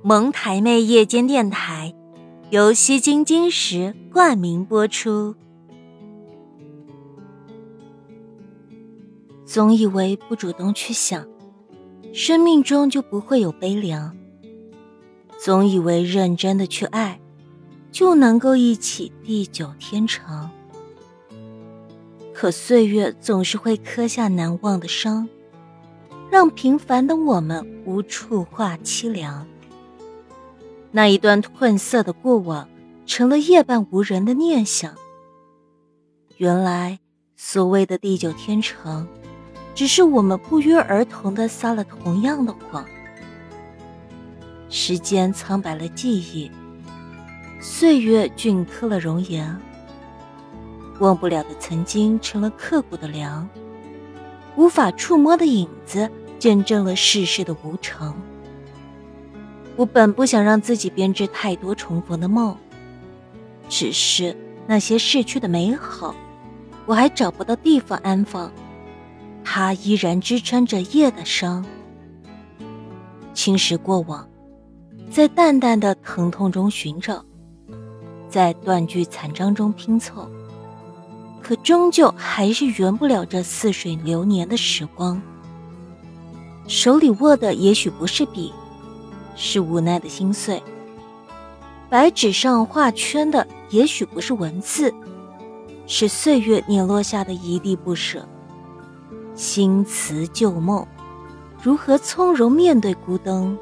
萌台妹夜间电台由西京金石冠名播出。总以为不主动去想，生命中就不会有悲凉；总以为认真的去爱，就能够一起地久天长。可岁月总是会刻下难忘的伤，让平凡的我们无处话凄凉。那一段褪色的过往，成了夜半无人的念想。原来所谓的地久天长，只是我们不约而同地撒了同样的谎。时间苍白了记忆，岁月镌刻了容颜。忘不了的曾经成了刻骨的梁，无法触摸的影子见证了世事的无常。我本不想让自己编织太多重逢的梦，只是那些逝去的美好，我还找不到地方安放，它依然支撑着夜的伤。侵蚀过往，在淡淡的疼痛中寻找，在断句残章中拼凑，可终究还是圆不了这似水流年的时光。手里握的也许不是笔，是无奈的心碎；白纸上画圈的也许不是文字，是岁月碾落下的一地不舍。新词旧梦，如何从容面对孤灯？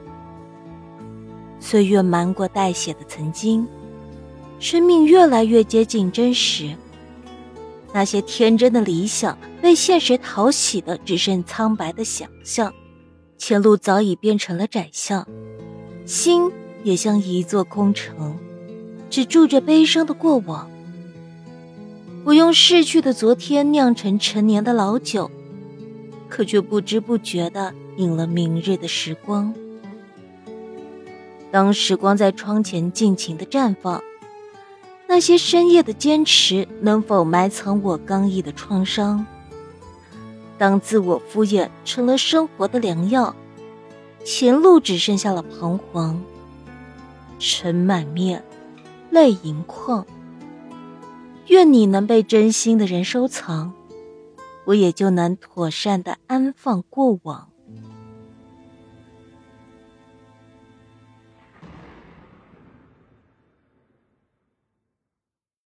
岁月瞒过带血的曾经，生命越来越接近真实。那些天真的理想，被现实讨喜的只剩苍白的想象。前路早已变成了窄巷，心也像一座空城，只住着悲伤的过往。我用逝去的昨天酿成陈年的老酒，可却不知不觉地饮了明日的时光。当时光在窗前尽情地绽放，那些深夜的坚持能否埋藏我刚毅的创伤？当自我敷衍成了生活的良药，前路只剩下了彷徨。尘满面，泪盈眶。愿你能被真心的人收藏，我也就能妥善地安放过往。